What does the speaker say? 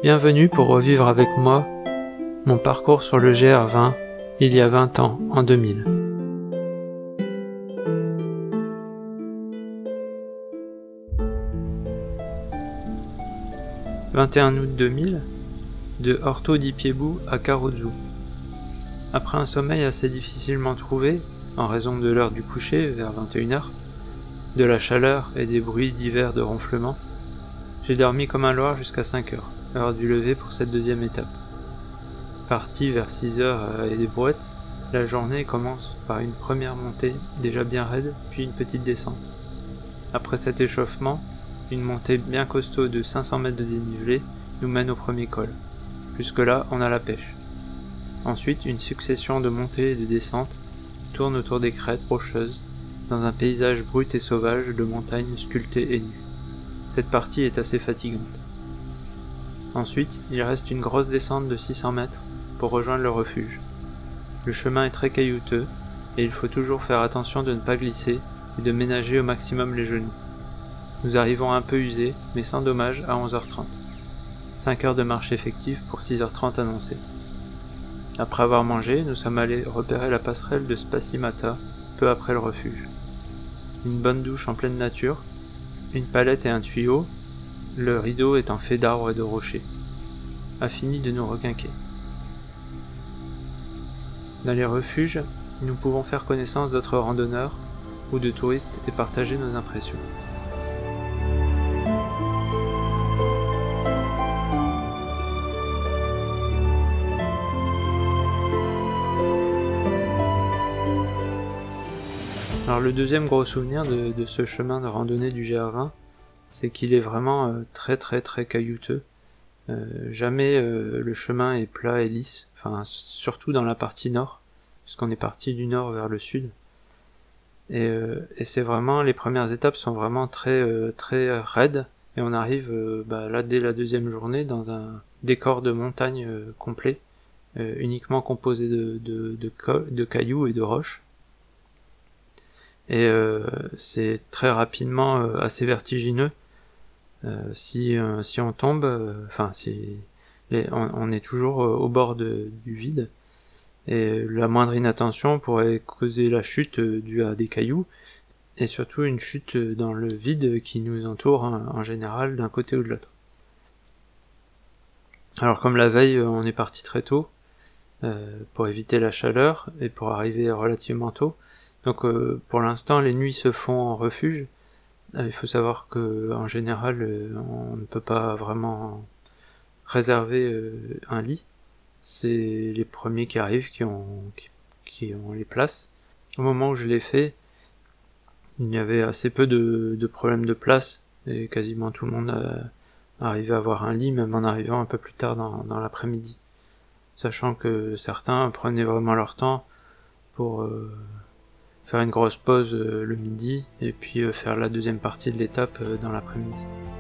Bienvenue pour revivre avec moi mon parcours sur le GR20 il y a 20 ans, en 2000. « 21 août 2000, de Orto di Piebù à Carozzo. Après un sommeil assez difficilement trouvé, en raison de l'heure du coucher, vers 21h, de la chaleur et des bruits divers de ronflement, j'ai dormi comme un loir jusqu'à 5h, heure du lever pour cette deuxième étape. Parti vers 6h et des brouettes, la journée commence par une première montée déjà bien raide, puis une petite descente. Après cet échauffement, une montée bien costaud de 500 mètres de dénivelé nous mène au premier col. Jusque-là, on a la pêche. Ensuite, une succession de montées et de descentes tourne autour des crêtes rocheuses, dans un paysage brut et sauvage de montagnes sculptées et nues. Cette partie est assez fatigante. Ensuite, il reste une grosse descente de 600 mètres pour rejoindre le refuge. Le chemin est très caillouteux et il faut toujours faire attention de ne pas glisser et de ménager au maximum les genoux. Nous arrivons un peu usés, mais sans dommage, à 11h30. 5 heures de marche effective pour 6h30 annoncées. Après avoir mangé, nous sommes allés repérer la passerelle de Spasimata, peu après le refuge. Une bonne douche en pleine nature, une palette et un tuyau, le rideau étant fait d'arbres et de rochers. A fini de nous requinquer. Dans les refuges, nous pouvons faire connaissance d'autres randonneurs ou de touristes et partager nos impressions. Alors le deuxième gros souvenir de ce chemin de randonnée du GR20, c'est qu'il est vraiment très caillouteux. Jamais le chemin est plat et lisse, enfin surtout dans la partie nord, puisqu'on est parti du nord vers le sud. Et c'est vraiment, les premières étapes sont vraiment très raides, et on arrive là dès la deuxième journée dans un décor de montagne complet, uniquement composé de cailloux et de roches. Et c'est très rapidement assez vertigineux. Si on tombe, on est toujours au bord du vide, et la moindre inattention pourrait causer la chute due à des cailloux, et surtout une chute dans le vide qui nous entoure en général d'un côté ou de l'autre. Alors comme la veille on est parti très tôt, pour éviter la chaleur et pour arriver relativement tôt, donc pour l'instant les nuits se font en refuge. Il faut savoir que en général on ne peut pas vraiment réserver un lit. C'est les premiers qui arrivent qui ont les places. Au moment où je l'ai fait, il y avait assez peu de problèmes de place et quasiment tout le monde arrivait à avoir un lit, même en arrivant un peu plus tard dans l'après-midi. Sachant que certains prenaient vraiment leur temps pour faire une grosse pause le midi et puis faire la deuxième partie de l'étape dans l'après-midi.